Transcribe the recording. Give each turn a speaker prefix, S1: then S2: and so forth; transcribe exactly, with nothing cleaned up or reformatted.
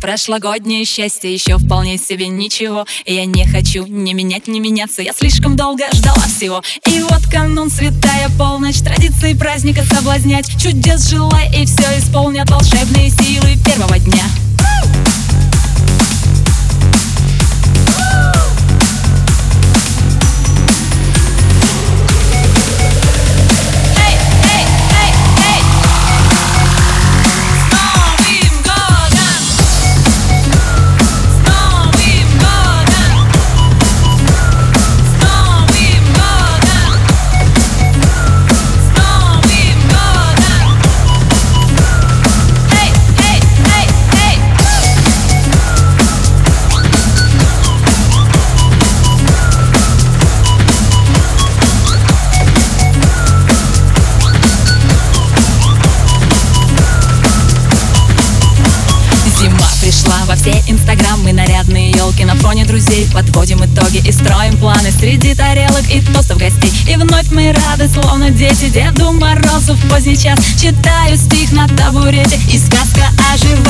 S1: прошлогоднее счастье еще вполне себе ничего. И я не хочу ни менять, ни меняться, я слишком долго ждала всего. И вот канун, святая полночь, традиции праздника соблазнять. Чудес желай, и все исполнят волшебные силы первого дня. Пришла во все инстаграмы, нарядные елки на фоне друзей. Подводим итоги и строим планы среди тарелок и тостов гостей. И вновь мы рады, словно дети, Деду Морозу в поздний час. Читаю стих на табурете, и сказка оживает.